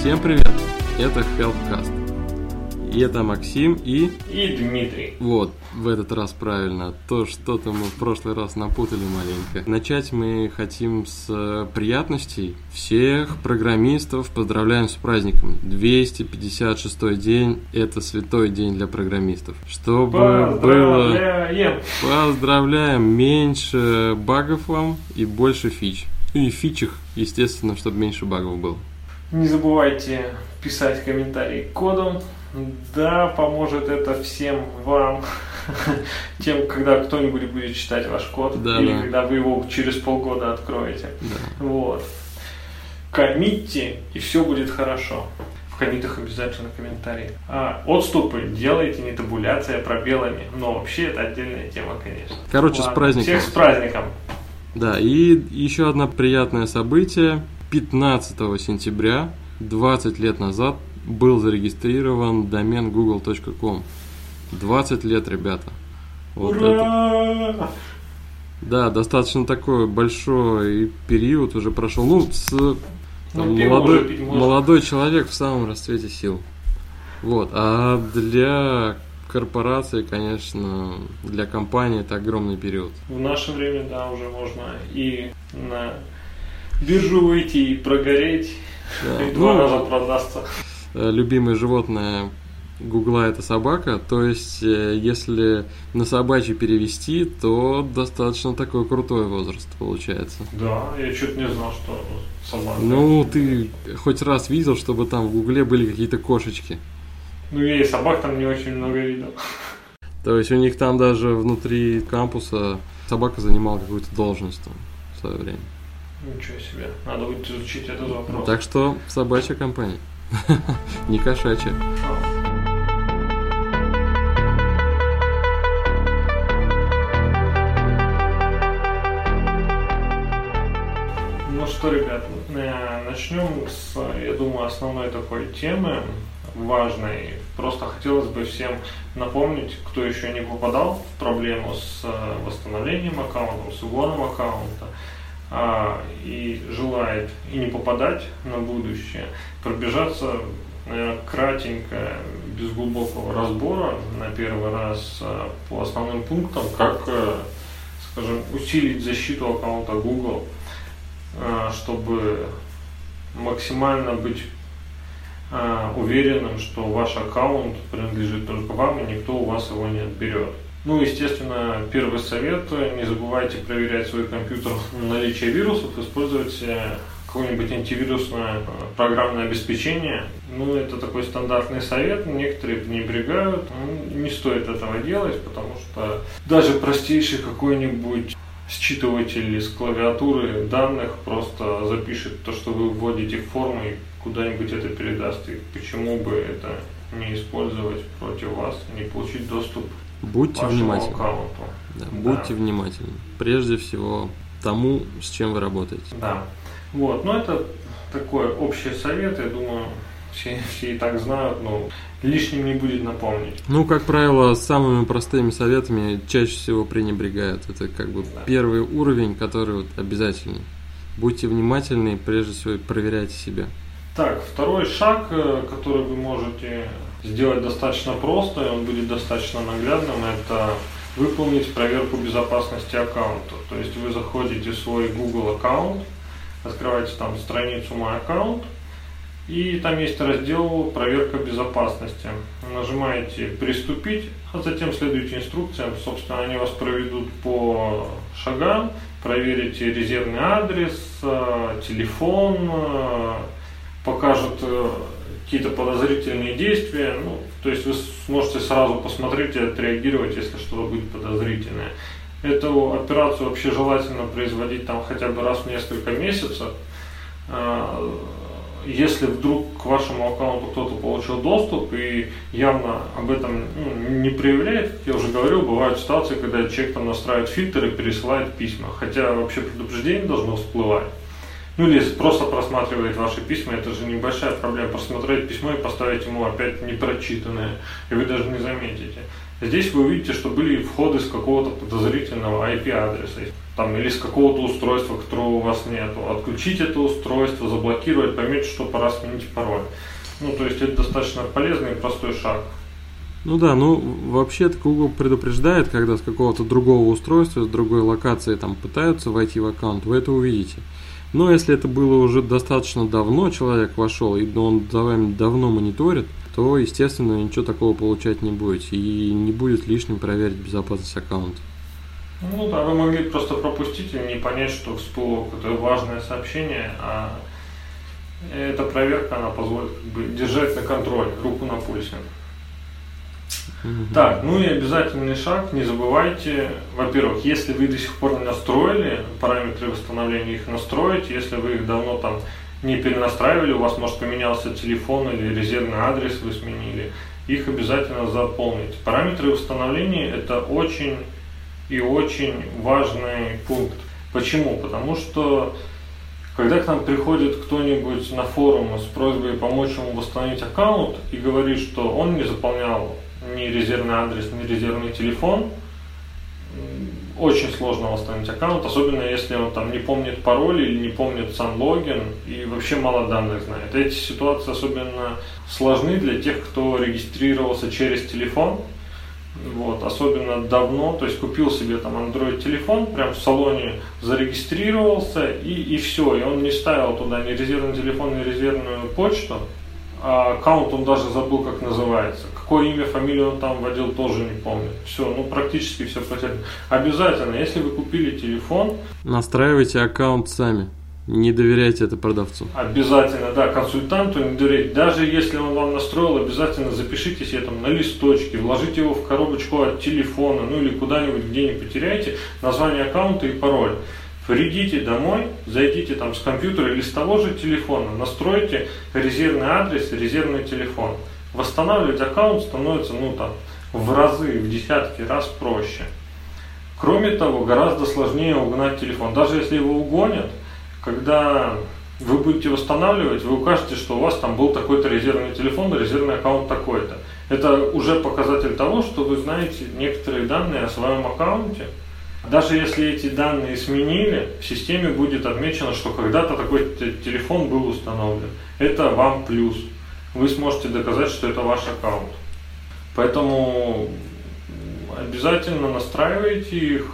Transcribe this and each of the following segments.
Всем привет! Это Helpcast. И это Максим и Дмитрий. Вот, в этот раз правильно. То, что-то мы в прошлый раз напутали маленько. Начать мы хотим с приятностей. Всех программистов поздравляем с праздником. 256-й день – это святой день для программистов. Чтобы было... Поздравляем! Меньше багов вам и больше фич. И фичек, естественно, чтобы меньше багов было. Не забывайте писать комментарии к коду. Да, поможет это всем вам, тем, когда кто-нибудь будет читать ваш код, или когда вы его через полгода откроете. Да. Вот. Коммитьте, и все будет хорошо. В коммитах обязательно комментарии. Отступы делайте, не табуляция пробелами. Но вообще это отдельная тема, конечно. Короче, ладно, с праздником. Всех с праздником. Да, и еще одно приятное событие. 15 сентября, 20 лет назад, был зарегистрирован домен google.com. 20 лет, ребята. Вот ура! Это. Да, достаточно такой большой период уже прошел. Молодой человек в самом расцвете сил. Вот. А для корпорации, конечно, для компании это огромный период. В наше время, да, уже можно и на биржу выйти, и прогореть, да. И 2 раза продастся. Любимое животное Гугла – это собака, то есть если на собачий перевести, то достаточно такой крутой возраст получается. Да, я что-то не знал, что собака. Ну, ты хоть раз видел, чтобы там в Гугле были какие-то кошечки? Ну, я и собак там не очень много видел. То есть у них там даже внутри кампуса собака занимала какую-то должность там в свое время. Ничего себе, надо будет изучить этот вопрос. Так что собачья компания. Не кошачья. Ну что, ребят, начнем с, я думаю, основной такой темы, важной. Просто хотелось бы всем напомнить, кто еще не попадал в проблему с восстановлением аккаунта, с угоном аккаунта, и желает и не попадать на будущее, пробежаться кратенько, без глубокого разбора на первый раз по основным пунктам, как, скажем, усилить защиту аккаунта Google, чтобы максимально быть уверенным, что ваш аккаунт принадлежит только вам и никто у вас его не отберет. Ну, естественно, первый совет, не забывайте проверять свой компьютер на наличие вирусов, использовать какое-нибудь антивирусное программное обеспечение. Ну, это такой стандартный совет, некоторые пренебрегают, не стоит этого делать, потому что даже простейший какой-нибудь считыватель из клавиатуры данных просто запишет то, что вы вводите в форму и куда-нибудь это передаст. И почему бы это не использовать против вас, не получить доступ Будьте внимательны. Аккаунту. Да, будьте внимательны. Прежде всего тому, с чем вы работаете. Да. Вот. Но это такой общий совет, я думаю, все и так знают, но лишним не будет напомнить. Ну, как правило, самыми простыми советами чаще всего пренебрегают. Это как бы первый уровень, который вот обязательный. Будьте внимательны, прежде всего проверяйте себя. Так, второй шаг, который вы можете сделать достаточно просто, и он будет достаточно наглядным, это выполнить проверку безопасности аккаунта. То есть вы заходите в свой Google аккаунт, открываете там страницу «Мой аккаунт», и там есть раздел «Проверка безопасности». Нажимаете «Приступить», а затем следуйте инструкциям. Собственно, они вас проведут по шагам, проверите резервный адрес, телефон, покажут какие-то подозрительные действия, ну, то есть вы сможете сразу посмотреть и отреагировать, если что-то будет подозрительное. Эту операцию вообще желательно производить там хотя бы раз в несколько месяцев. Если вдруг к вашему аккаунту кто-то получил доступ и явно об этом не проявляет, как я уже говорил, бывают ситуации, когда человек там настраивает фильтр и пересылает письма, хотя вообще предупреждение должно всплывать. Ну или просто просматривает ваши письма, это же небольшая проблема, просмотреть письмо и поставить ему опять непрочитанное, и вы даже не заметите. Здесь вы увидите, что были входы с какого-то подозрительного IP-адреса. там, или с какого-то устройства, которого у вас нету. Отключить это устройство, заблокировать, поймете, что пора сменить пароль. То есть это достаточно полезный и простой шаг. Вообще-то Google предупреждает, когда с какого-то другого устройства, с другой локации там пытаются войти в аккаунт, вы это увидите. Но если это было уже достаточно давно, человек вошел, и он за вами давно мониторит, то, естественно, ничего такого получать не будете. И не будет лишним проверить безопасность аккаунта. Вы могли просто пропустить и не понять, что всплыло какое-то важное сообщение, а эта проверка, она позволит держать на контроле, руку на пульсе. Так, и обязательный шаг, не забывайте, во-первых, если вы до сих пор не настроили параметры восстановления, их настроить, если вы их давно там не перенастраивали, у вас, может, поменялся телефон или резервный адрес вы сменили, их обязательно заполните. Параметры восстановления – это очень и очень важный пункт. Почему? Потому что когда к нам приходит кто-нибудь на форум с просьбой помочь ему восстановить аккаунт и говорит, что он не заполнял ни резервный адрес, ни резервный телефон, очень сложно восстановить аккаунт, особенно если он там не помнит пароль или не помнит сам логин и вообще мало данных знает. Эти ситуации особенно сложны для тех, кто регистрировался через телефон, особенно давно, то есть купил себе там Android телефон, прям в салоне зарегистрировался и все, и он не ставил туда ни резервный телефон, ни резервную почту, а аккаунт он даже забыл, как называется. Какое имя, фамилию он там вводил, тоже не помнит. Все, практически все потеряно. Обязательно, если вы купили телефон, настраивайте аккаунт сами. Не доверяйте это продавцу. Обязательно, да, консультанту не доверяйте. Даже если он вам настроил, обязательно запишите себе там на листочке, вложите его в коробочку от телефона, или куда-нибудь, где не потеряете, название аккаунта и пароль. Придите домой, зайдите там с компьютера или с того же телефона, настройте резервный адрес, резервный телефон. Восстанавливать аккаунт становится в разы, в десятки раз проще. Кроме того, гораздо сложнее угнать телефон. Даже если его угонят, когда вы будете восстанавливать, вы укажете, что у вас там был такой-то резервный телефон, резервный аккаунт такой-то. Это уже показатель того, что вы знаете некоторые данные о своем аккаунте. Даже если эти данные сменили, в системе будет отмечено, что когда-то такой телефон был установлен. Это вам плюс. Вы сможете доказать, что это ваш аккаунт. Поэтому обязательно настраивайте их.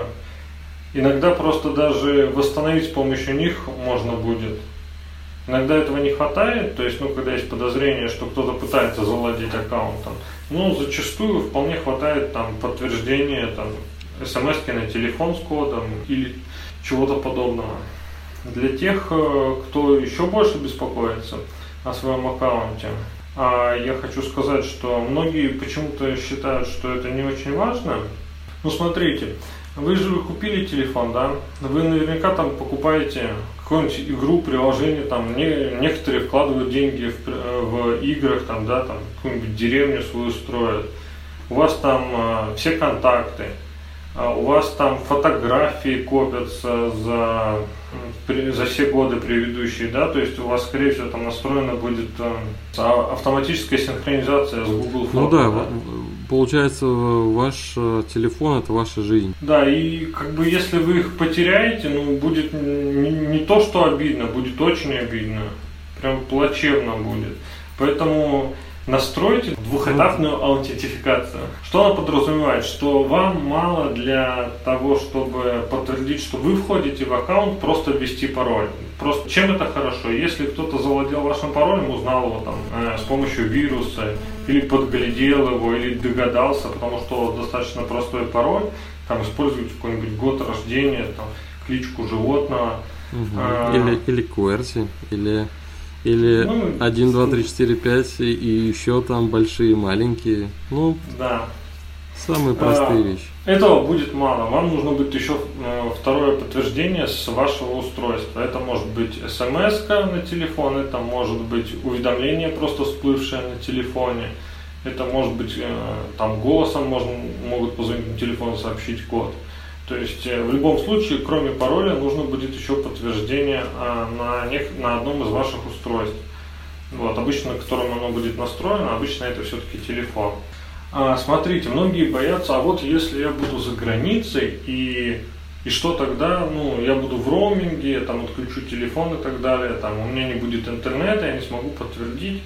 Иногда просто даже восстановить с помощью них можно будет. Иногда этого не хватает, то есть, когда есть подозрение, что кто-то пытается завладеть аккаунтом, зачастую вполне хватает там подтверждения, смс-ки на телефон с кодом или чего-то подобного. Для тех, кто еще больше беспокоится о своем аккаунте, я хочу сказать, что многие почему-то считают, что это не очень важно. Смотрите, вы же купили телефон, да? Вы наверняка там покупаете какую-нибудь игру, приложение, некоторые вкладывают деньги в играх, какую-нибудь деревню свою строят. У вас там все контакты. У вас там фотографии копятся за все годы предыдущие, да, то есть у вас, скорее всего, там настроена будет автоматическая синхронизация с Google Фото. Получается, ваш телефон – это ваша жизнь. Да, и если вы их потеряете, будет не то, что обидно, будет очень обидно, прям плачевно будет. Поэтому настройте двухэтапную аутентификацию. Что она подразумевает? Что вам мало для того, чтобы подтвердить, что вы входите в аккаунт, просто ввести пароль. Просто чем это хорошо? Если кто-то завладел вашим паролем, узнал его с помощью вируса, или подглядел его, или догадался, потому что достаточно простой пароль, используйте какой-нибудь год рождения, кличку животного. Или QWERTY, или 1, 2, 3, 4, 5 и еще там большие, маленькие. Да. Самые простые вещи. Этого будет мало. Вам нужно будет еще второе подтверждение с вашего устройства. Это может быть смс-ка на телефон, это может быть уведомление просто всплывшее на телефоне. Это может быть голосом могут позвонить на телефон и сообщить код. То есть в любом случае, кроме пароля, нужно будет еще подтверждение на одном из ваших устройств. Обычно, к которому оно будет настроено, обычно это все-таки телефон. Смотрите, многие боятся, если я буду за границей и И что тогда? Я буду в роуминге, там отключу телефон и так далее, там у меня не будет интернета, я не смогу подтвердить.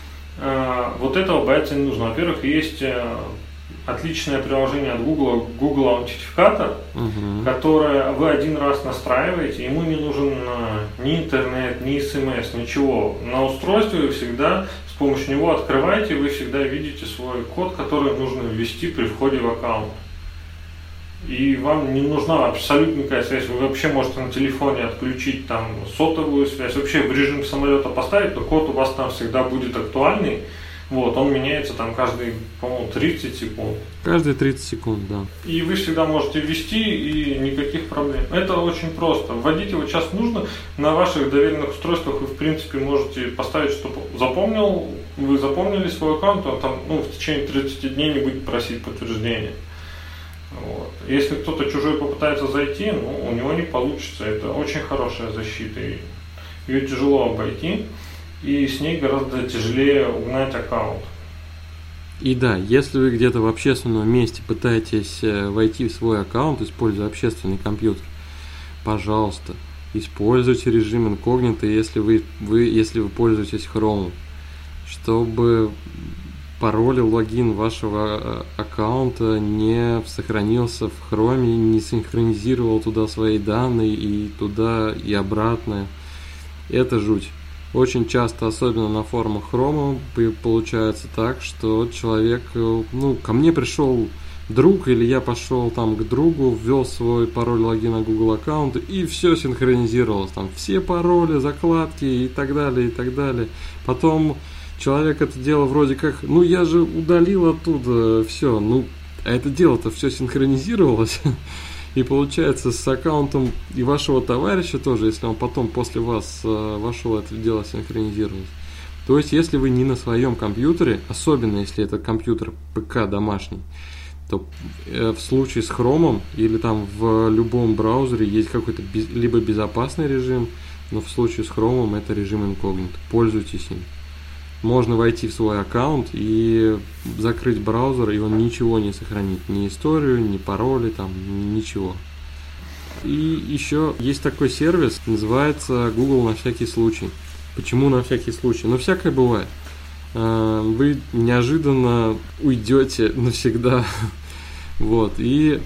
Вот этого бояться не нужно. Во-первых, есть отличное приложение от Google Аутентификатор, которое вы один раз настраиваете, ему не нужен ни интернет, ни смс, ничего. На устройстве вы всегда с помощью него открываете, вы всегда видите свой код, который нужно ввести при входе в аккаунт. И вам не нужна абсолютно никакая связь. Вы вообще можете на телефоне отключить там сотовую связь, вообще в режим самолета поставить, но код у вас там всегда будет актуальный. Вот, он меняется там каждые, по-моему, 30 секунд. Каждые 30 секунд, да. И вы всегда можете ввести, и никаких проблем. Это очень просто. Вводить его сейчас нужно. На ваших доверенных устройствах вы, в принципе, можете поставить, чтобы вы запомнили свой аккаунт, он там, в течение 30 дней не будет просить подтверждения. Вот. Если кто-то чужой попытается зайти, у него не получится. Это очень хорошая защита. Ее тяжело обойти. И с ней гораздо тяжелее угнать аккаунт. И да, если вы где-то в общественном месте пытаетесь войти в свой аккаунт, используя общественный компьютер, пожалуйста, используйте режим инкогнито, если вы пользуетесь Chrome, чтобы пароль и логин вашего аккаунта не сохранился в Chrome, не синхронизировал туда свои данные и туда и обратно. Это жуть. Очень часто, особенно на форумах Chrome, получается так, что человек, ко мне пришел друг, или я пошел там к другу, ввел свой пароль логина Google аккаунта, и все синхронизировалось. Там все пароли, закладки и так далее, и так далее. Потом человек это дело вроде как, я же удалил оттуда все, а это дело-то все синхронизировалось. И получается, с аккаунтом и вашего товарища тоже, если он потом после вас вошел, это дело синхронизировалось. То есть, если вы не на своем компьютере, особенно если это компьютер ПК домашний, то в случае с Chrome или там в любом браузере есть какой-то либо безопасный режим, но в случае с Chrome это режим инкогнито. Пользуйтесь им. Можно войти в свой аккаунт и закрыть браузер, и он ничего не сохранит. Ни историю, ни пароли, там, ничего. И еще есть такой сервис, называется Google на всякий случай. Почему на всякий случай? Всякое бывает. Вы неожиданно уйдете навсегда. Вот. И,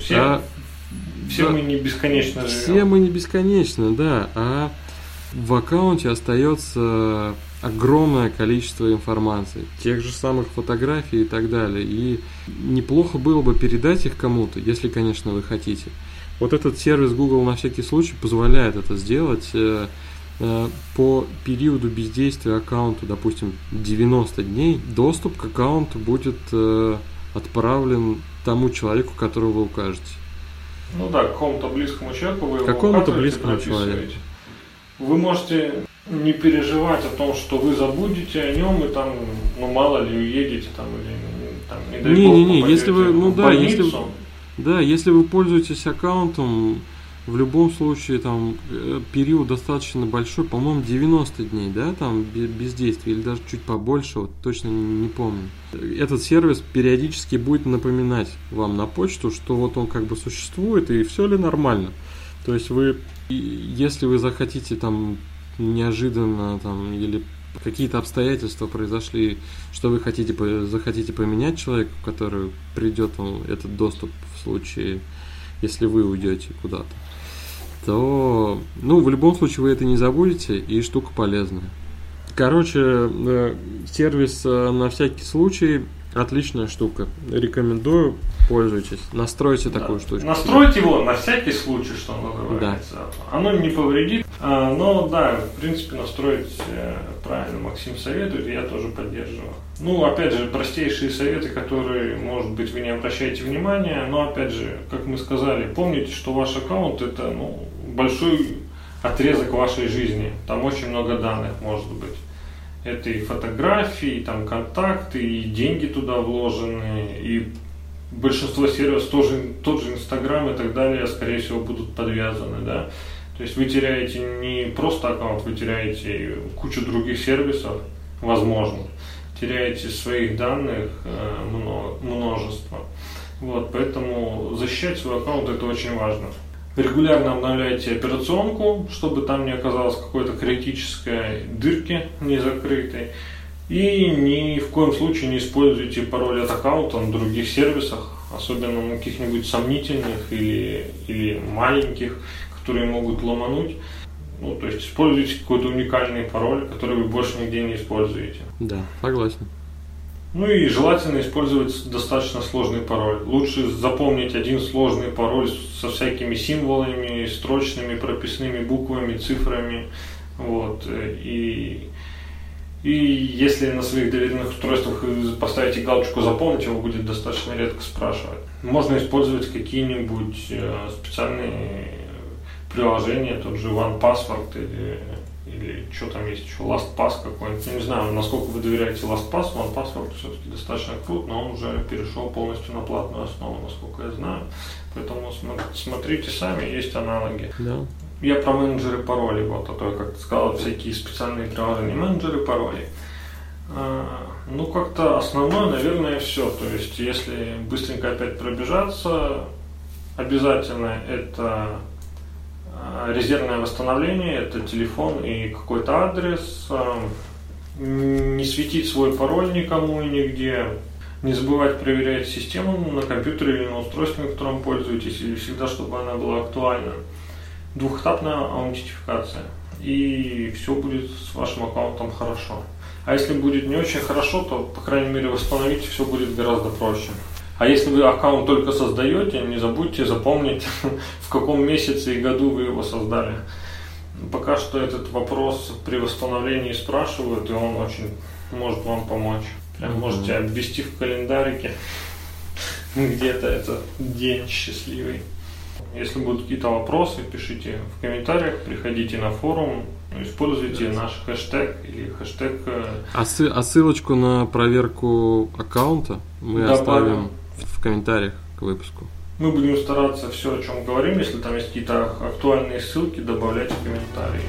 все мы не бесконечно живем. Все мы не бесконечно, да. А в аккаунте остается огромное количество информации, тех же самых фотографий и так далее. И неплохо было бы передать их кому-то, если, конечно, вы хотите. Вот этот сервис Google на всякий случай позволяет это сделать по периоду бездействия аккаунта, допустим, 90 дней, доступ к аккаунту будет отправлен тому человеку, которого вы укажете. К какому-то близкому человеку вы его какому-то близкому человеку. Вы можете не переживать о том, что вы забудете о нем и там, мало ли уедете там или там, не дай бог, если вы, в больницу. Если вы пользуетесь аккаунтом, в любом случае там период достаточно большой, по-моему, 90 дней, да, там бездействия, или даже чуть побольше, вот точно не помню. Этот сервис периодически будет напоминать вам на почту, что вот он как бы существует и все ли нормально. То есть если вы захотите там неожиданно там или какие-то обстоятельства произошли, что вы захотите поменять человеку, который придет вам этот доступ в случае, если вы уйдете куда-то, то, в любом случае вы это не забудете, и штука полезная. Короче, сервис на всякий случай отличная штука. Рекомендую, пользуйтесь. Настройте такую штучку. Настройте его на всякий случай, что называется. Да. Оно не повредит. Но да, в принципе, настроить правильно Максим советует, и я тоже поддерживаю. Опять же, простейшие советы, которые, может быть, вы не обращаете внимания, но опять же, как мы сказали, помните, что ваш аккаунт это большой отрезок вашей жизни. Там очень много данных может быть. Это и фотографии, и там контакты, и деньги туда вложены, и большинство сервисов, тот же Инстаграм и так далее, скорее всего, будут подвязаны, да. То есть вы теряете не просто аккаунт, вы теряете кучу других сервисов, возможно, теряете своих данных множество. Вот, поэтому защищать свой аккаунт это очень важно. Регулярно обновляйте операционку, чтобы там не оказалось какой-то критической дырки не закрытой. И ни в коем случае не используйте пароль от аккаунта на других сервисах, особенно на каких-нибудь сомнительных или маленьких, которые могут ломануть. То есть используйте какой-то уникальный пароль, который вы больше нигде не используете. Да, согласен. И желательно использовать достаточно сложный пароль. Лучше запомнить один сложный пароль со всякими символами, строчными, прописными буквами, цифрами. И если на своих доверенных устройствах поставите галочку «Запомнить», его будет достаточно редко спрашивать. Можно использовать какие-нибудь специальные приложения, тот же OnePassword или что там есть еще, LastPass какой-нибудь. Я не знаю, насколько вы доверяете LastPass. OnePassword все-таки достаточно крут, но он уже перешел полностью на платную основу, насколько я знаю. Поэтому смотрите сами, есть аналоги. Да. Я про менеджеры паролей, а то я как-то сказал, всякие специальные приложения, менеджеры паролей. Как-то основное, наверное, все. То есть, если быстренько опять пробежаться, обязательно это резервное восстановление, это телефон и какой-то адрес, не светить свой пароль никому и нигде, не забывать проверять систему на компьютере или на устройстве, на котором пользуетесь, и всегда, чтобы она была актуальна. Двухэтапная аутентификация, и все будет с вашим аккаунтом хорошо. А если будет не очень хорошо, то, по крайней мере, восстановить все будет гораздо проще. А если вы аккаунт только создаете, не забудьте запомнить, в каком месяце и году вы его создали. Пока что этот вопрос при восстановлении спрашивают, и он очень может вам помочь. Прям можете обвести в календарике где-то этот день счастливый. Если будут какие-то вопросы, пишите в комментариях, приходите на форум, используйте наш хэштег или хэштег. А ссылочку на проверку аккаунта мы оставим в комментариях к выпуску. Мы будем стараться все, о чем говорим, если там есть какие-то актуальные ссылки, добавлять в комментарии.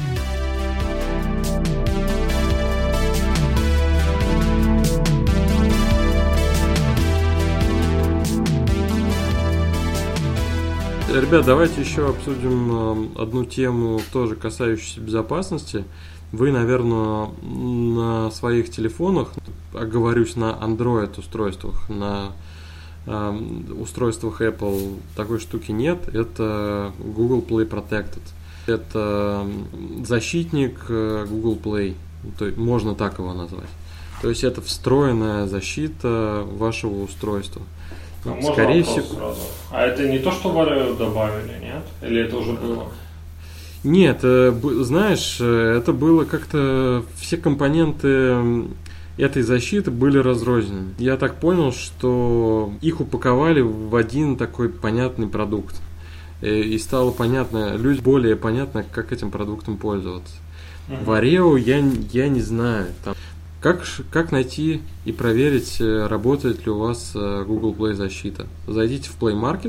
Ребят, давайте еще обсудим одну тему, тоже касающуюся безопасности. Вы, наверное, на своих телефонах, оговорюсь, на Android устройствах, на устройствах Apple такой штуки нет. Это Google Play Protected. Это защитник Google Play, то есть можно так его назвать. То есть это встроенная защита вашего устройства. Скорее всего. Сразу. А это не то, что в Oreo добавили, нет? Или это уже было? Нет, знаешь, это было как-то все компоненты этой защиты были разрознены. Я так понял, что их упаковали в один такой понятный продукт. И стало понятно, людям более понятно, как этим продуктом пользоваться. В Oreo я не знаю. Там, как найти и проверить, работает ли у вас Google Play защита? Зайдите в Play Market,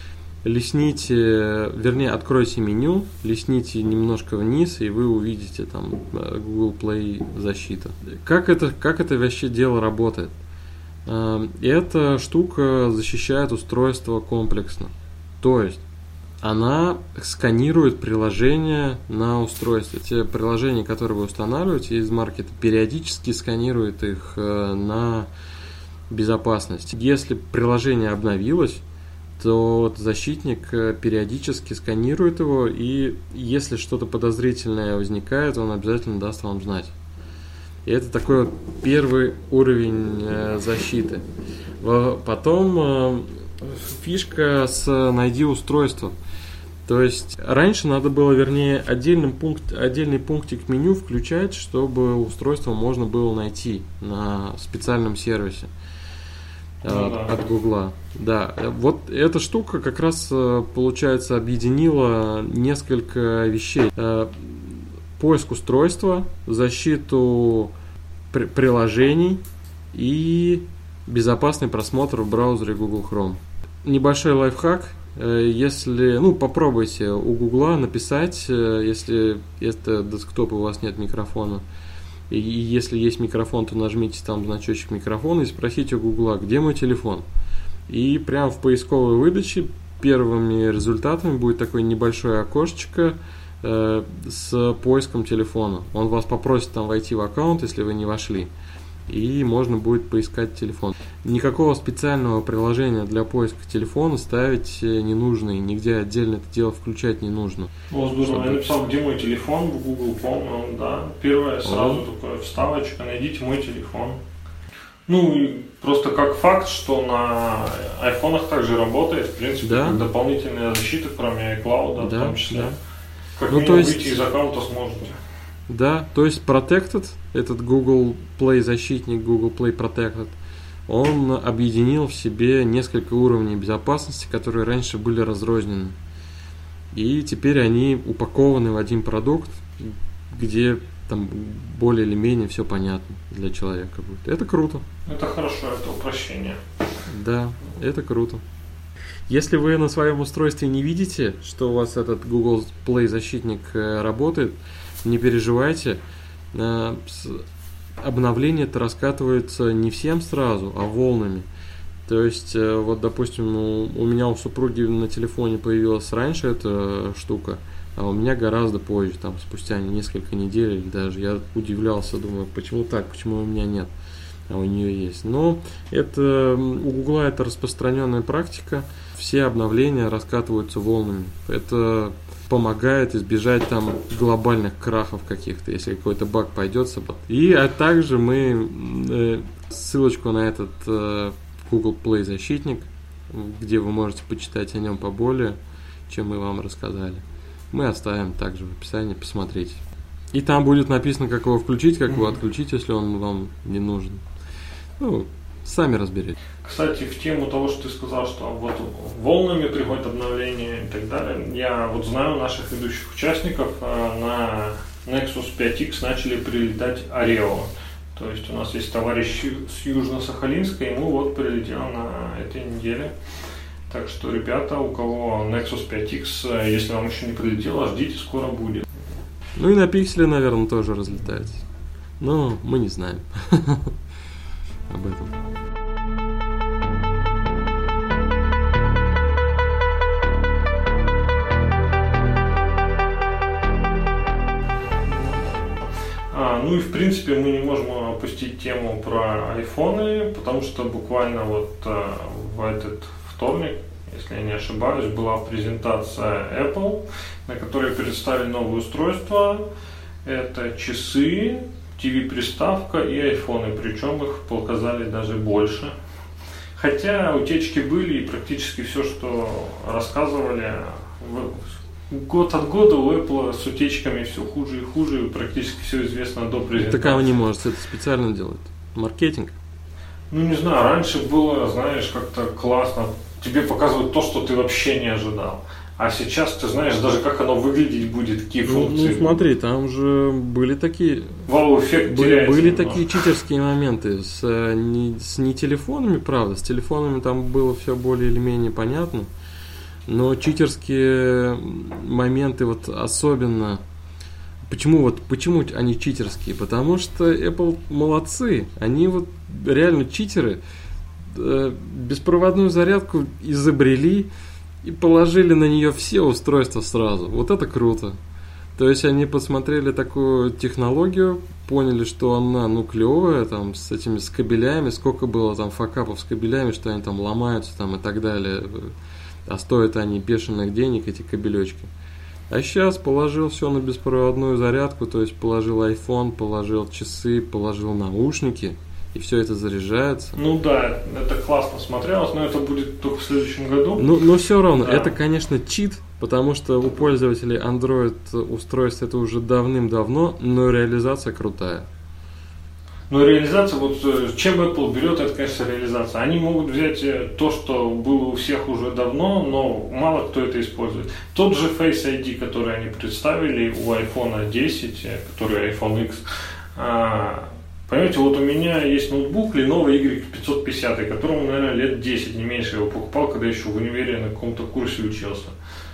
откройте меню, листните немножко вниз, и вы увидите там Google Play защита. Как это вообще дело работает? Эта штука защищает устройство комплексно. То есть она сканирует приложения на устройстве. Те приложения, которые вы устанавливаете из маркета, периодически сканирует их на безопасность. Если приложение обновилось, то защитник периодически сканирует его, и если что-то подозрительное возникает, он обязательно даст вам знать. И это такой вот первый уровень защиты. Потом фишка с «Найди устройство». То есть раньше надо было, отдельный пунктик меню включать, чтобы устройство можно было найти на специальном сервисе от Гугла. Да, вот эта штука как раз, получается, объединила несколько вещей. Поиск устройства, защиту приложений и безопасный просмотр в браузере Google Chrome. Небольшой лайфхак. Если, попробуйте у Гугла написать, если это десктоп, у вас нет микрофона, и если есть микрофон, то нажмите там значочек микрофона и спросите у Гугла, где мой телефон. И прямо в поисковой выдаче первыми результатами будет такое небольшое окошечко с поиском телефона. Он вас попросит там войти в аккаунт, если вы не вошли, и можно будет поискать телефон. Никакого специального приложения для поиска телефона ставить не нужно, и нигде отдельно это дело включать не нужно. О, здорово. Я написал, где мой телефон в Google, по-моему, да. Первое сразу такое вставочка, найдите мой телефон. Ну и просто как факт, что на айфонах также работает, в принципе, да. Как дополнительная защита, кроме iCloud, да, в том числе. Да. Как минимум выйти из аккаунта сможете. Да, то есть Protected, этот Google Play защитник, Google Play Protected, он объединил в себе несколько уровней безопасности, которые раньше были разрознены. И теперь они упакованы в один продукт, где там более или менее все понятно для человека будет. Это круто. Это хорошо, это упрощение. Да, это круто. Если вы на своем устройстве не видите, что у вас этот Google Play защитник работает, не переживайте. Обновление-то раскатывается не всем сразу, а волнами. То есть, вот, допустим, у меня у супруги на телефоне появилась раньше эта штука, а у меня гораздо позже, там, спустя несколько недель или даже. Я удивлялся, думаю, почему так, почему у меня нет, а у нее есть. Но это у Гугла это распространенная практика. Все обновления раскатываются волнами. Это помогает избежать там глобальных крахов каких-то, если какой-то баг пойдет. А также мы ссылочку на этот Google Play защитник, где вы можете почитать о нем поболее, чем мы вам рассказали, мы оставим также в описании, посмотрите. И там будет написано, как его включить, как его отключить, если он вам не нужен. Ну, сами разберитесь. Кстати, в тему того, что ты сказал, что вот волнами приходит обновление и так далее, я вот знаю наших ведущих участников, на Nexus 5X начали прилетать Oreo. То есть у нас есть товарищ с Южно-Сахалинска, ему вот прилетело на этой неделе. Так что, ребята, у кого Nexus 5X, если вам еще не прилетело, ждите, скоро будет. Ну и на пикселе, наверное, тоже разлетается. Но мы не знаем об этом. Ну и в принципе мы не можем опустить тему про айфоны, потому что буквально вот в этот вторник, если я не ошибаюсь, была презентация Apple, на которой представили новые устройства. Это часы, TV-приставка и айфоны, причем их показали даже больше. Хотя утечки были и практически все, что рассказывали, год от года у Apple с утечками все хуже и хуже, и практически все известно до презентации. Так не может, это специально делают. Маркетинг. Ну не знаю, раньше было, знаешь, как-то классно. Тебе показывают то, что ты вообще не ожидал. А сейчас ты знаешь даже, как оно выглядеть будет, какие функции. Ну смотри, там же были такие... Вау-эффект теряется. Были такие читерские моменты с не телефонами, правда. С телефонами там было все более или менее понятно. Но читерские моменты вот особенно... Почему они читерские? Потому что Apple молодцы. Они вот реально читеры. Беспроводную зарядку изобрели и положили на нее все устройства сразу. Вот это круто. То есть они посмотрели такую технологию, поняли, что она клевая, там, с кабелями, сколько было там факапов с кабелями, что они там ломаются там и так далее. А стоят они бешеных денег, эти кабелечки. А сейчас положил все на беспроводную зарядку, то есть положил iPhone, положил часы, положил наушники, и все это заряжается. Ну да, это классно смотрелось, но это будет только в следующем году. Но все равно, да. Это, конечно, чит, потому что у пользователей Android устройств это уже давным-давно, но реализация крутая. Но реализация, вот чем Apple берет, это, конечно, реализация. Они могут взять то, что было у всех уже давно, но мало кто это использует. Тот же Face ID, который они представили у iPhone 10, который iPhone X. Понимаете, вот у меня есть ноутбук Lenovo Y550, которому, наверное, лет 10, не меньше, я его покупал, когда еще в универе на каком-то курсе учился.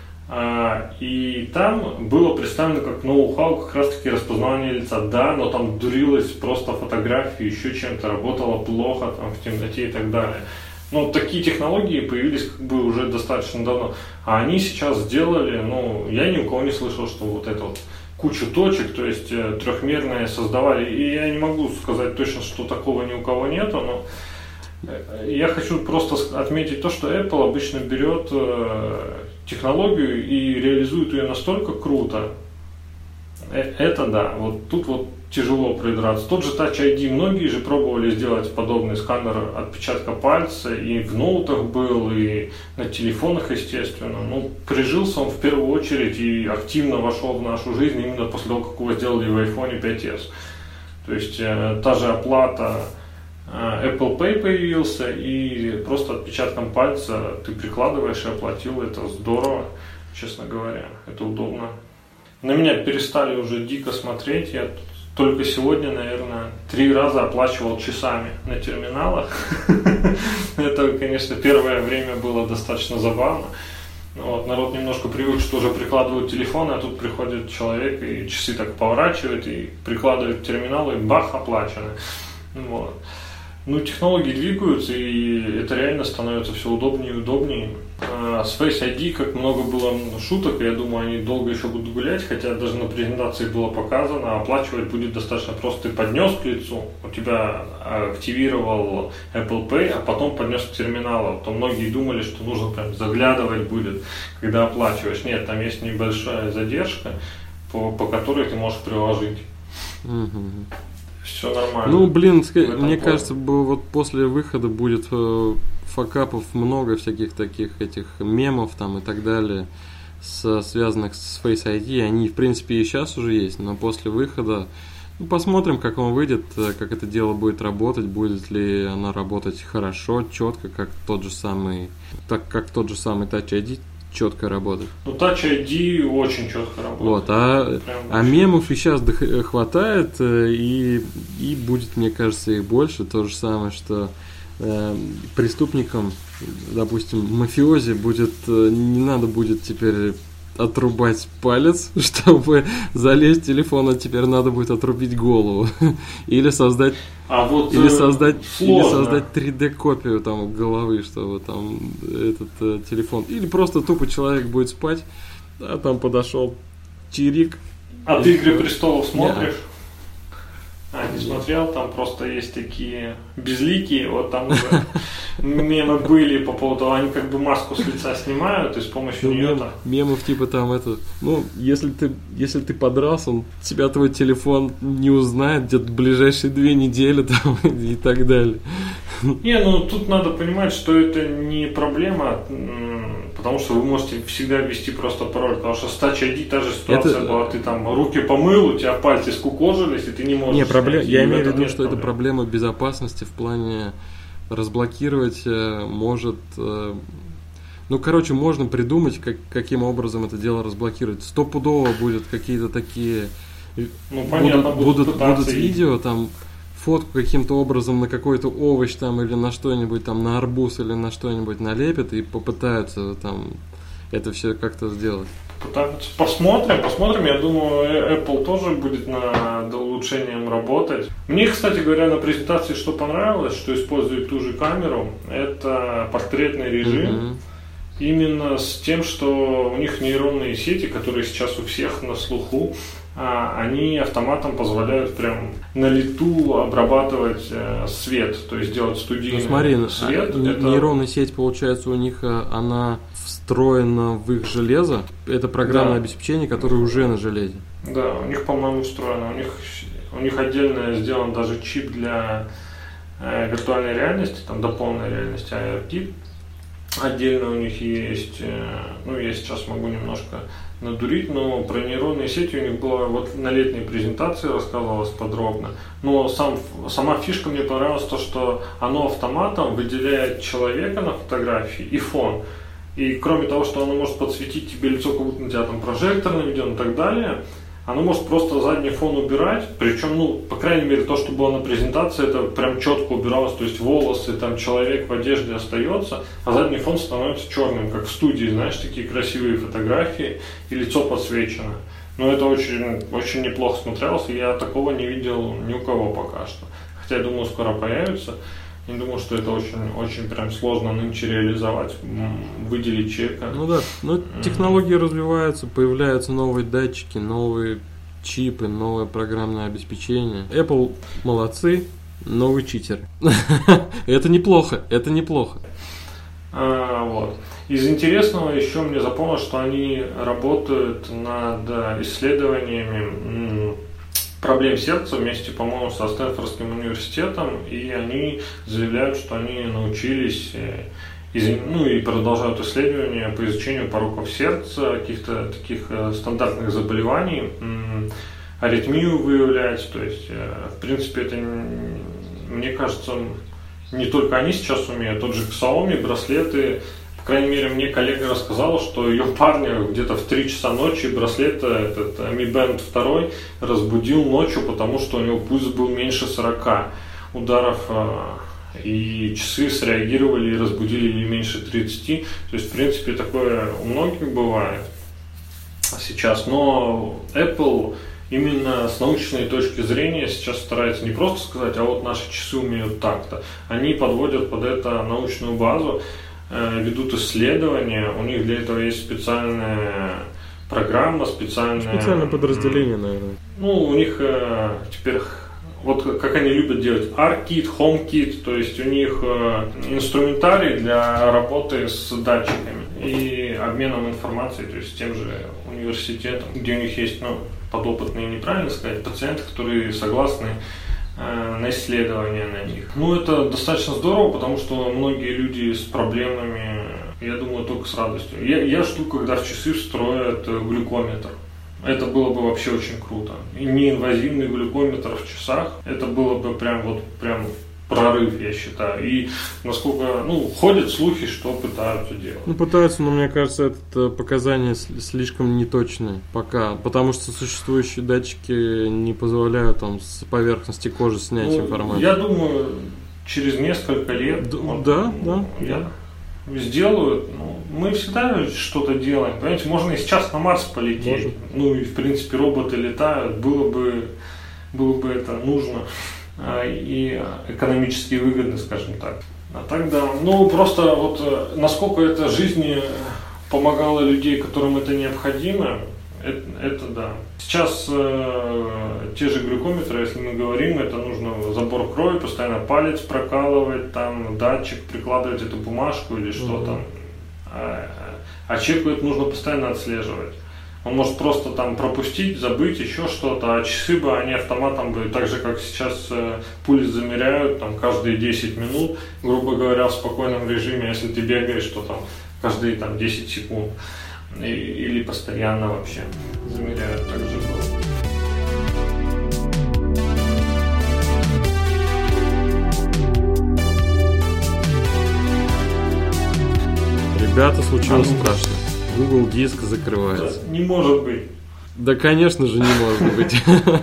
И там было представлено как ноу-хау как раз таки распознавание лица. Да, но там дурилось просто фотографии, еще чем-то, работало плохо там в темноте и так далее. Но такие технологии появились как бы уже достаточно давно. А они сейчас сделали, я ни у кого не слышал, что вот это вот кучу точек, то есть трехмерные создавали. И я не могу сказать точно, что такого ни у кого нету, но я хочу просто отметить то, что Apple обычно берет технологию и реализует ее настолько круто. Это да, вот тут вот тяжело придраться. Тот же Touch ID, многие же пробовали сделать подобный сканер отпечатка пальца, и в ноутах был, и на телефонах, естественно. Прижился он в первую очередь и активно вошел в нашу жизнь именно после того, как его сделали в iPhone 5s. То есть та же оплата, Apple Pay появился, и просто отпечатком пальца ты прикладываешь и оплатил. Это здорово, честно говоря, это удобно. На меня перестали уже дико смотреть. Я только сегодня, наверное, 3 раза оплачивал часами на терминалах. Это, конечно, первое время было достаточно забавно. Народ немножко привык, что уже прикладывают телефон, а тут приходит человек и часы так поворачивает, и прикладывает к терминалу, и бах, оплачено. Технологии двигаются, и это реально становится все удобнее и удобнее. С Face ID, как много было шуток, я думаю, они долго еще будут гулять, хотя даже на презентации было показано, оплачивать будет достаточно просто. Ты поднес к лицу, у тебя активировал Apple Pay, а потом поднес к терминалу. То многие думали, что нужно прям заглядывать будет, когда оплачиваешь. Нет, там есть небольшая задержка, по которой ты можешь приложить. Все нормально. Мне кажется, вот после выхода будет факапов много, всяких таких этих мемов там и так далее, связанных с Face ID. Они, в принципе, и сейчас уже есть, но после выхода посмотрим, как он выйдет, как это дело будет работать, будет ли оно работать хорошо, четко, как тот же самый Touch ID четко работает. Touch ID очень четко работает. А мемов и сейчас хватает, и будет, мне кажется, их больше. То же самое, что преступникам, допустим, мафиози не надо будет теперь отрубать палец, чтобы залезть в телефон, а теперь надо будет отрубить голову. Или создать 3D-копию там головы, чтобы там этот телефон. Или просто тупо человек будет спать, а там подошел чирик. А ты «Игры престолов» смотришь? Не смотрел, там просто есть такие безликие, вот там уже мемы были по поводу, они как бы маску с лица снимают, и с помощью нее-то. Мемов типа там если ты подрался, тебя твой телефон не узнает где-то в ближайшие 2 недели там и так далее. Тут надо понимать, что это не проблема, потому что вы можете всегда ввести просто пароль, потому что с Touch ID та же ситуация была, ты там руки помыл, у тебя пальцы скукожились, и ты не можешь. Я имею в виду, что это проблема безопасности в плане разблокировать может. Можно придумать, каким образом это дело разблокировать. Стопудово будет какие-то такие. Будут видео там. Фотку каким-то образом на какой-то овощ там или на что-нибудь там, на арбуз или на что-нибудь налепят и попытаются там это все как-то сделать. Посмотрим. Я думаю, Apple тоже будет над улучшением работать. Мне, кстати говоря, на презентации что понравилось, что использует ту же камеру, это портретный режим. Именно с тем, что у них нейронные сети, которые сейчас у всех на слуху, они автоматом позволяют прям на лету обрабатывать свет, то есть делать студийный свет. Нейронная сеть, получается, у них она встроена в их железо. Это программное обеспечение, которое уже на железе. Да, у них, по-моему, встроено. У них отдельно сделан даже чип для виртуальной реальности, там до полной реальности AR-кит. Отдельно у них есть, я сейчас могу немножко надурить, но про нейронные сети у них было вот на летней презентации рассказывалось подробно. Но сама фишка мне понравилась, то, что оно автоматом выделяет человека на фотографии и фон. И кроме того, что оно может подсветить тебе лицо, как будто на тебя там прожектор наведен и так далее, оно может просто задний фон убирать, причем, по крайней мере, то, что было на презентации, это прям четко убиралось, то есть волосы, там человек в одежде остается, а задний фон становится черным, как в студии, знаешь, такие красивые фотографии, и лицо подсвечено. Это очень, очень неплохо смотрелось, и я такого не видел ни у кого пока что. Хотя, я думаю, скоро появится. Не думаю, что это очень прям сложно нынче реализовать, выделить чека. Ну да, но технологии развиваются, появляются новые датчики, новые чипы, новое программное обеспечение. Apple молодцы, но вы читеры. Это неплохо, это неплохо. Вот. Из интересного еще мне запомнилось, что они работают над исследованиями проблем сердца вместе, по-моему, со Стэнфордским университетом, и они заявляют, что они научились и продолжают исследования по изучению пороков сердца, каких-то таких стандартных заболеваний, аритмию выявлять. То есть, в принципе, это, мне кажется, не только они сейчас умеют, тот же Xiaomi, браслеты. По крайней мере, мне коллега рассказала, что ее парня где-то в 3 часа ночи браслет, этот Mi Band 2, разбудил ночью, потому что у него пульс был меньше 40 ударов, и часы среагировали и разбудили меньше 30. То есть, в принципе, такое у многих бывает сейчас. Но Apple именно с научной точки зрения сейчас старается не просто сказать, а вот наши часы умеют так-то. Они подводят под это научную базу, ведут исследования, у них для этого есть специальная программа, специальное подразделение, наверное. Ну, у них теперь, вот как они любят делать, R-Kit, Home-Kit, то есть у них инструментарий для работы с датчиками и обменом информацией, то есть с тем же университетом, где у них есть, подопытные, неправильно сказать, пациенты, которые согласны на исследования на них. Это достаточно здорово, потому что многие люди с проблемами, я думаю, только с радостью. Я жду, когда в часы встроят глюкометр. Это было бы вообще очень круто. И неинвазивный глюкометр в часах, это было бы прям прорыв, я считаю. И насколько, ходят слухи, что пытаются делать. Пытаются, но мне кажется, это показания слишком неточные пока, потому что существующие датчики не позволяют с поверхности кожи снять информацию. Я думаю, через несколько лет сделают. Мы всегда что-то делаем. Понимаете, можно и сейчас на Марс полететь. И в принципе роботы летают, было бы это нужно. И экономически выгодно, скажем так. А так да. Просто насколько это жизни помогало людей, которым это необходимо, это да. Сейчас те же глюкометры, если мы говорим, это нужно забор крови, постоянно палец прокалывать, там датчик прикладывать эту бумажку или что там. А человеку это нужно постоянно отслеживать. Он может просто пропустить, забыть, еще что-то, а часы бы, они автоматом бы, так же, как сейчас пульс замеряют, каждые 10 минут, грубо говоря, в спокойном режиме, если ты бегаешь, то каждые 10 секунд, или постоянно вообще замеряют, так же было. Ребята, случилось страшно. Google Диск закрывается. Не может быть. Да, конечно же, не может быть.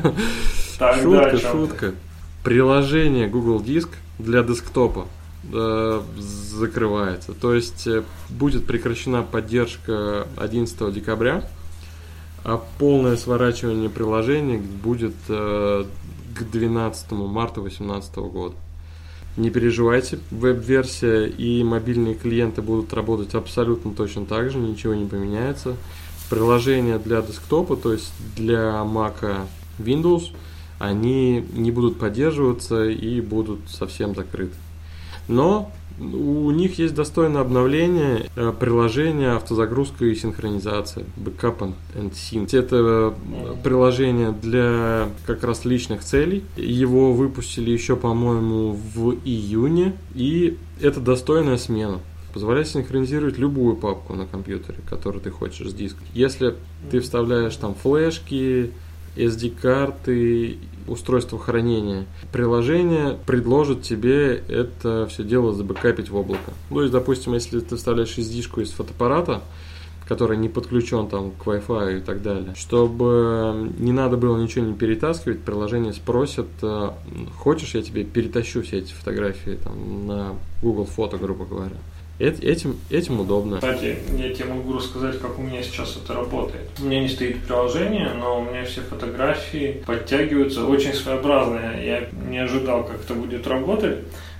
Шутка. Приложение Google Диск для десктопа закрывается. То есть будет прекращена поддержка 11 декабря, а полное сворачивание приложения будет к 12 марта 2018 года. Не переживайте, веб-версия и мобильные клиенты будут работать абсолютно точно так же, ничего не поменяется. Приложения для десктопа, то есть для Mac Windows, они не будут поддерживаться и будут совсем закрыты. Но у них есть достойное обновление приложения автозагрузка и синхронизация, Backup and Sync. Это приложение для как раз личных целей. Его выпустили еще, по-моему, в июне. И это достойная смена. Позволяет синхронизировать любую папку на компьютере, которую ты хочешь с диском. Если ты вставляешь флешки, SD-карты, устройство хранения, приложение предложит тебе это все дело забэкапить в облако. То есть, допустим, если ты вставляешь SD-шку из фотоаппарата, который не подключен к Wi-Fi и так далее, чтобы не надо было ничего не перетаскивать, приложение спросит, хочешь, я тебе перетащу все эти фотографии на Google Фото, грубо говоря. Этим удобно. Кстати, я тебе могу рассказать, как у меня сейчас это работает. У меня не стоит приложение, но у меня все фотографии подтягиваются очень своеобразно. Я не ожидал, как это будет работать.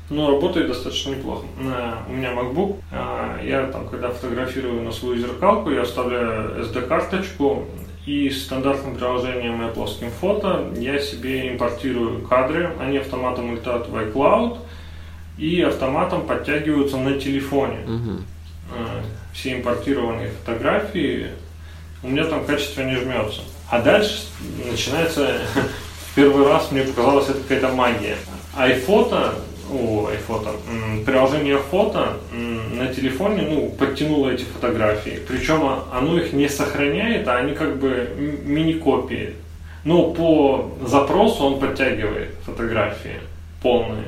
но работает достаточно неплохо. У меня MacBook, я там, когда фотографирую на свою зеркалку, я вставляю SD-карточку, и с стандартным приложением Apple фото я себе импортирую кадры, они автоматом улетают в iCloud и автоматом подтягиваются на телефоне. Все импортированные фотографии, у меня там качество не жмется. А дальше начинается, в первый раз мне показалось, это какая-то магия. Приложение фото на телефоне, подтянуло эти фотографии. Причем оно их не сохраняет, а они как бы мини-копии. Но по запросу он подтягивает фотографии полные.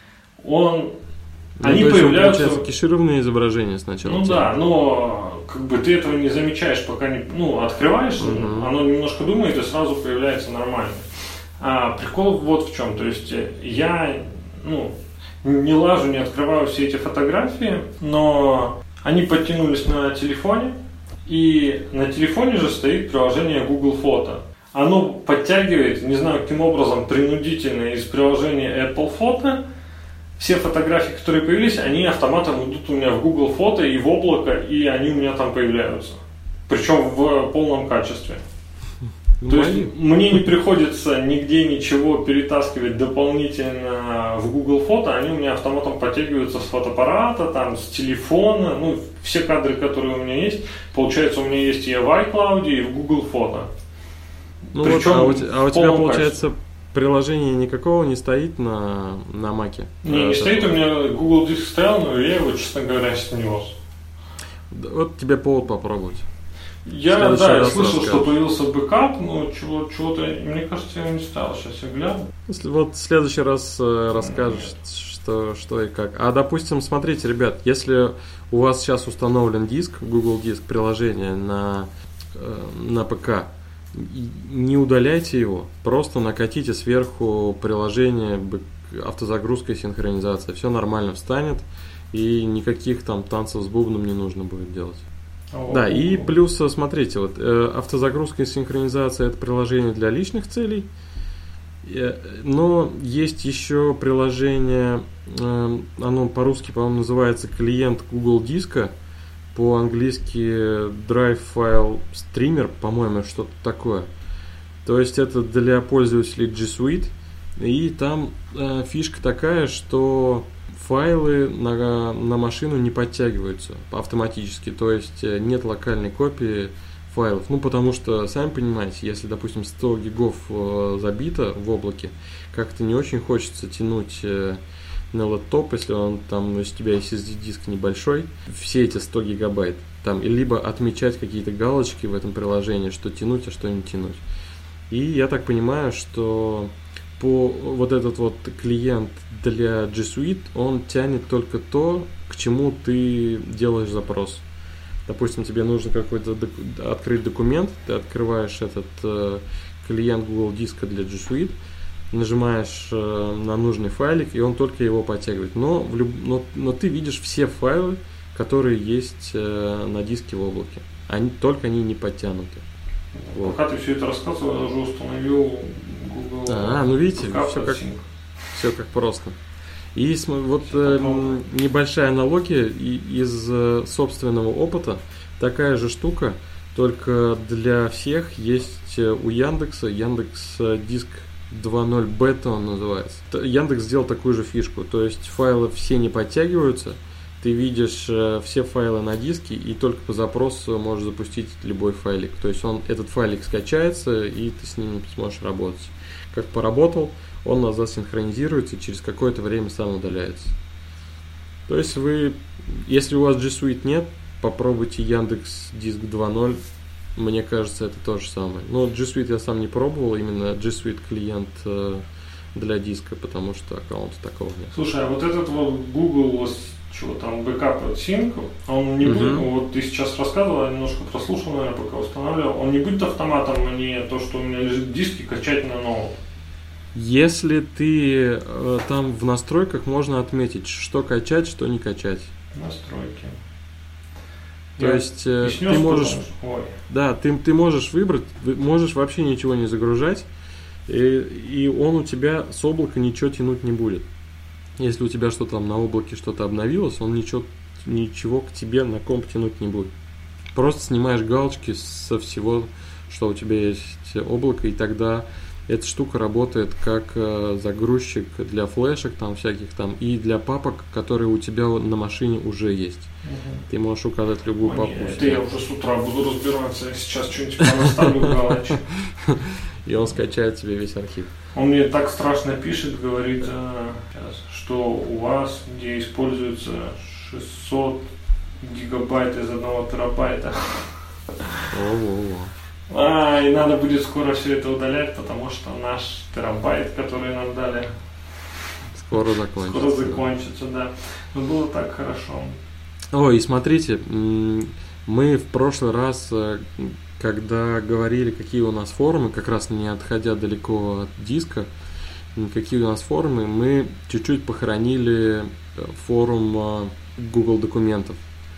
Они появляются... Получается, кешированные изображения сначала. Да, но как бы ты этого не замечаешь, пока не открываешь, оно немножко думает и сразу появляется нормально. Прикол вот в чем. То есть я не лажу, не открываю все эти фотографии, но они подтянулись на телефоне, и на телефоне же стоит приложение Google Фото. Оно подтягивает, не знаю каким образом, принудительно из приложения Apple Фото. Все фотографии, которые появились, они автоматом идут у меня в Google Фото и в облако, и они у меня там появляются. Причем в полном качестве. То есть мне не приходится нигде ничего перетаскивать дополнительно в Google Фото, они у меня автоматом подтягиваются с фотоаппарата, там, с телефона, все кадры, которые у меня есть, получается, у меня есть и в iCloud, и в Google Фото. Причем у тебя, получается, приложение никакого не стоит на Маке? Не стоит, у меня Google Диск стоял, но я его, честно говоря, снес. Вот тебе повод попробовать. Я слышал, что появился бэкап, но чего-то, мне кажется, я его не ставил. Сейчас я гляну. Вот в следующий раз расскажешь, что и как. А допустим, смотрите, ребят, если у вас сейчас установлен диск, Google Диск, приложение на ПК, не удаляйте его, просто накатите сверху приложение автозагрузка и синхронизация. Все нормально встанет, и никаких там танцев с бубном не нужно будет делать. Да, и плюс, смотрите, вот автозагрузка и синхронизация — это приложение для личных целей, но есть еще приложение, оно по-русски, по-моему, называется клиент Google Диска, по-английски Drive File Streamer, по-моему, что-то такое. То есть это для пользователей G Suite, и там фишка такая, что файлы на машину не подтягиваются автоматически, то есть нет локальной копии файлов. Потому что, сами понимаете, если, допустим, 100 гигов забито в облаке, как-то не очень хочется тянуть на лэптоп, если у тебя SSD-диск небольшой, все эти 100 гигабайт, там, либо отмечать какие-то галочки в этом приложении, что тянуть, а что не тянуть. И я так понимаю, что вот этот вот клиент для G Suite, он тянет только то, к чему ты делаешь запрос. Допустим, тебе нужно какой-то открыть документ, ты открываешь этот клиент Google Диска для G Suite, нажимаешь на нужный файлик, и он только его подтягивает. Но ты видишь все файлы, которые есть на диске в облаке. Только они не подтянуты. Вот. Пока ты все это рассказывал, я уже установил Google. Видите, все как просто. И вот небольшая аналогия из собственного опыта. Такая же штука, только для всех есть у Яндекса, Яндекс Диск 2.0 бета он называется. Яндекс сделал такую же фишку, то есть файлы все не подтягиваются, ты видишь все файлы на диске и только по запросу можешь запустить любой файлик. То есть этот файлик скачается и ты с ним сможешь работать. Как поработал, он назад синхронизируется и через какое-то время сам удаляется. То есть если у вас G Suite нет, попробуйте Яндекс Диск 2.0. Мне кажется, это то же самое. Но G Suite я сам не пробовал, именно G Suite клиент для диска, потому что аккаунта такого нет. Слушай, а вот этот вот Google, бэкап Sync, он не будет, вот ты сейчас рассказывал, я немножко прослушал, наверное, пока устанавливал, он не будет автоматом, а не то, что у меня лежит в диске, качать на ноут. Если ты там в настройках можно отметить, что качать, что не качать. Настройки. То есть ты можешь, ты можешь выбрать, можешь вообще ничего не загружать, и он у тебя с облака ничего тянуть не будет. Если у тебя что-то там на облаке что-то обновилось, он ничего к тебе на комп тянуть не будет. Просто снимаешь галочки со всего, что у тебя есть облако, и тогда эта штука работает как загрузчик для флешек там всяких там и для папок, которые у тебя на машине уже есть. Ты можешь указать любую папку. Это я уже с утра буду разбираться, я сейчас что-нибудь понаставлю галочек. И он скачает тебе весь архив. Он мне так страшно пишет, говорит, что у вас, где используется 600 гигабайт из 1 терабайта. И надо будет скоро все это удалять, потому что наш терабайт, который нам дали, скоро закончится, да. Но было так хорошо. И смотрите, мы в прошлый раз, когда говорили, какие у нас форумы, как раз не отходя далеко от диска, какие у нас форумы, мы чуть-чуть похоронили форум Google документов.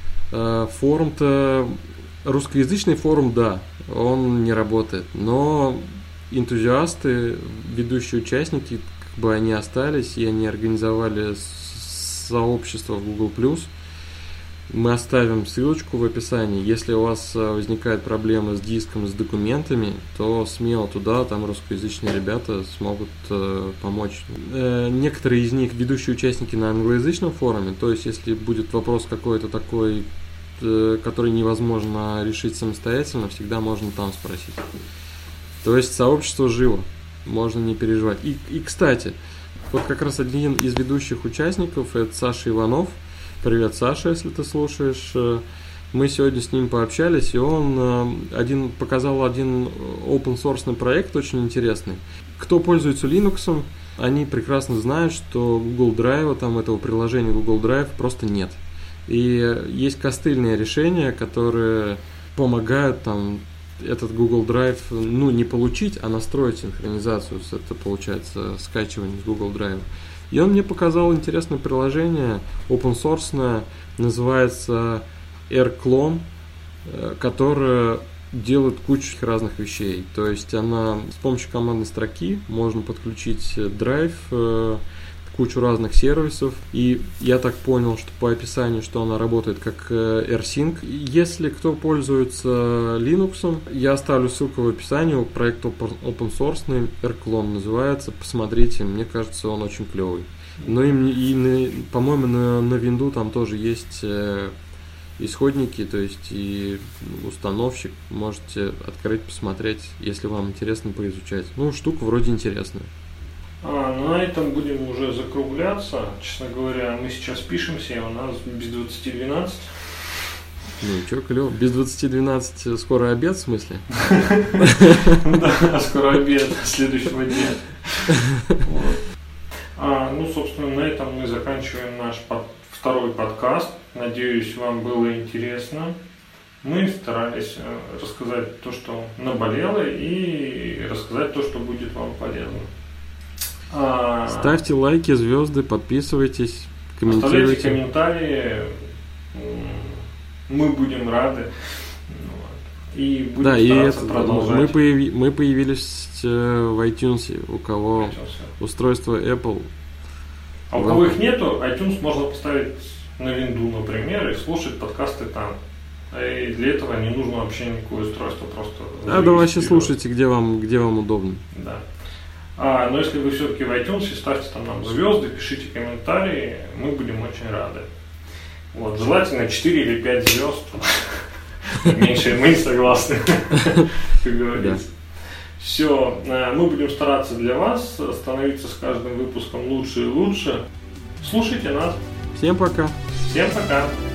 Форум-то, русскоязычный форум, да, он не работает, но энтузиасты, ведущие участники, они остались, и они организовали сообщество в Google+. Мы оставим ссылочку в описании. Если у вас возникают проблемы с диском, с документами, то смело туда, там русскоязычные ребята смогут помочь. Некоторые из них ведущие участники на англоязычном форуме, то есть если будет вопрос какой-то такой, который невозможно решить самостоятельно, всегда можно там спросить. То есть сообщество живо, можно не переживать. И кстати, вот как раз один из ведущих участников, это Саша Иванов. Привет, Саша, если ты слушаешь. Мы сегодня с ним пообщались, и он показал один open-source проект очень интересный. Кто пользуется Linux, они прекрасно знают, что Google Drive, там этого приложения Google Drive просто нет. И есть костыльные решения, которые помогают там этот Google Drive, не получить, а настроить синхронизацию. Это получается скачивание с Google Drive. И он мне показал интересное приложение, open-source, называется AirClone, которое делает кучу разных вещей. То есть она с помощью командной строки можно подключить драйв, кучу разных сервисов. И я так понял, что по описанию, что она работает как AirSync. Если кто пользуется Linux, я оставлю ссылку в описании. Проект open source, AirClone называется. Посмотрите, мне кажется, он очень клевый. Но по-моему, на Windows там тоже есть исходники, то есть и установщик. Можете открыть, посмотреть, если вам интересно поизучать. Штука вроде интересная. На этом будем уже закругляться. Честно говоря, мы сейчас пишемся, у нас без 20:12. Чё, клево. Без 20:12 скоро обед, в смысле? Да, скоро обед следующего дня. Собственно, на этом мы заканчиваем наш второй подкаст. Надеюсь, вам было интересно. Мы старались рассказать то, что наболело, и рассказать то, что будет вам полезно. Ставьте лайки, звезды, подписывайтесь, комментируйте. Оставляйте комментарии, мы будем рады. И будем стараться продолжать. Мы появились в iTunes, у кого устройство Apple. А у кого их нету, iTunes можно поставить на Windows, например, и слушать подкасты там. И для этого не нужно вообще никакое устройство, просто... Да вообще слушайте, где вам удобно. Да. Но если вы все-таки в iTunes, ставьте там нам звезды, пишите комментарии, мы будем очень рады. Желательно 4 или 5 звезд. Меньше мы не согласны, как говорится. Все, мы будем стараться для вас, становиться с каждым выпуском лучше и лучше. Слушайте нас. Всем пока. Всем пока.